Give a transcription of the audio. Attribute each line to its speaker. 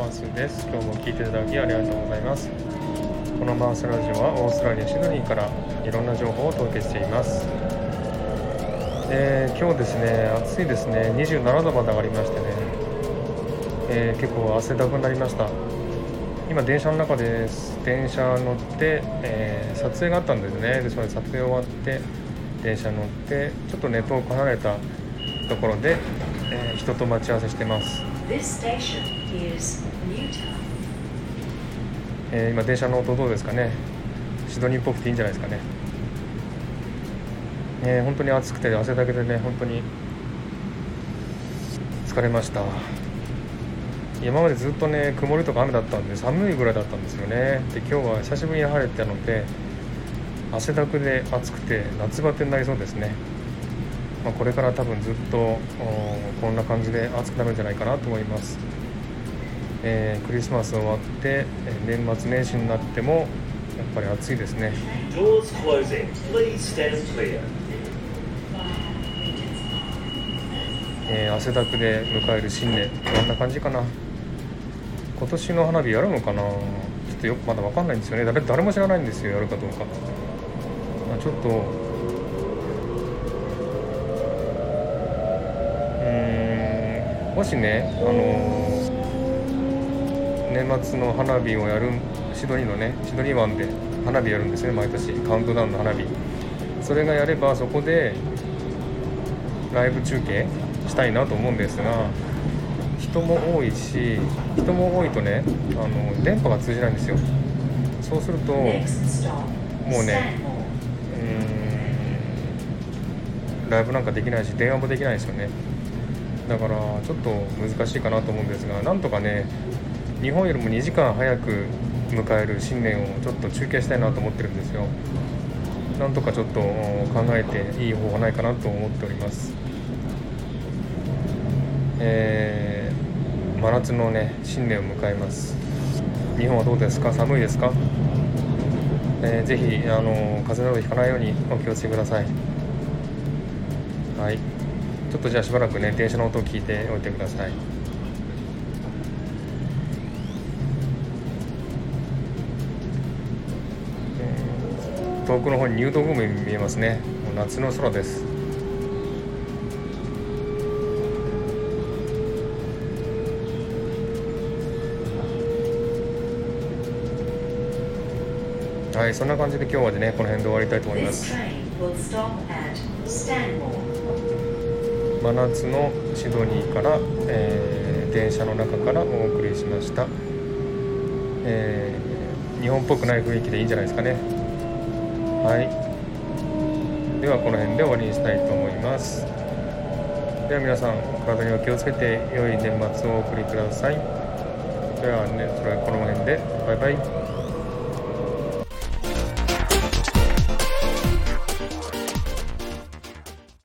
Speaker 1: マースです。今日も聞いていただきありがとうございます。このマースラジオはオーストラリア・シドニーからいろんな情報をお届けしています。今日ですね、暑いですね。27度まで上がりましてね、結構汗だくになりました。今電車の中です。電車乗って、撮影があったんですね。でそれ撮影終わって電車乗ってちょっとね遠く離れたところで、人と待ち合わせしてます。今電車の音どうですかね。シドニーっぽくていいんじゃないですかね。本当に暑くて汗だけでね本当に疲れました。今までずっとね曇りとか雨だったんで寒いぐらいだったんですよね。で今日は久しぶりに晴れたので汗だくで暑くて夏バテになりそうですね。これから多分ずっとこんな感じで暑くなるんじゃないかなと思います。クリスマス終わって年末年始になってもやっぱり暑いですね。汗だくで迎える新年どんな感じかな。今年の花火やるのかな。ちょっとよくまだ分かんないんですよね。誰も知らないんですよ、やるかどうか。ちょっともしね、年末の花火をやるシドニー湾で花火やるんですね、毎年カウントダウンの花火。それがやればそこでライブ中継したいなと思うんですが、人も多いとね電波が通じないんですよ。そうするともうねライブなんかできないし電話もできないですよね。だからちょっと難しいかなと思うんですが、なんとかね日本よりも2時間早く迎える新年をちょっと中継したいなと思ってるんですよ。なんとかちょっと考えていい方法ないかなと思っております。真夏のね新年を迎えます。日本はどうですか。寒いですか。ぜひ風邪などひかないようにお気をつけください。はい、ちょっとじゃあしばらくね電車の音を聞いておいてください。遠くの方に入道雲が見えますね。もう夏の空です。はい、そんな感じで今日はねこの辺で終わりたいと思います。真夏のシドニーから、電車の中からお送りしました。日本っぽくない雰囲気でいいんじゃないですかね。はい、ではこの辺で終わりにしたいと思います。では皆さん体にお気をつけて良い年末をお送りください。ではねこの辺でバイバイ。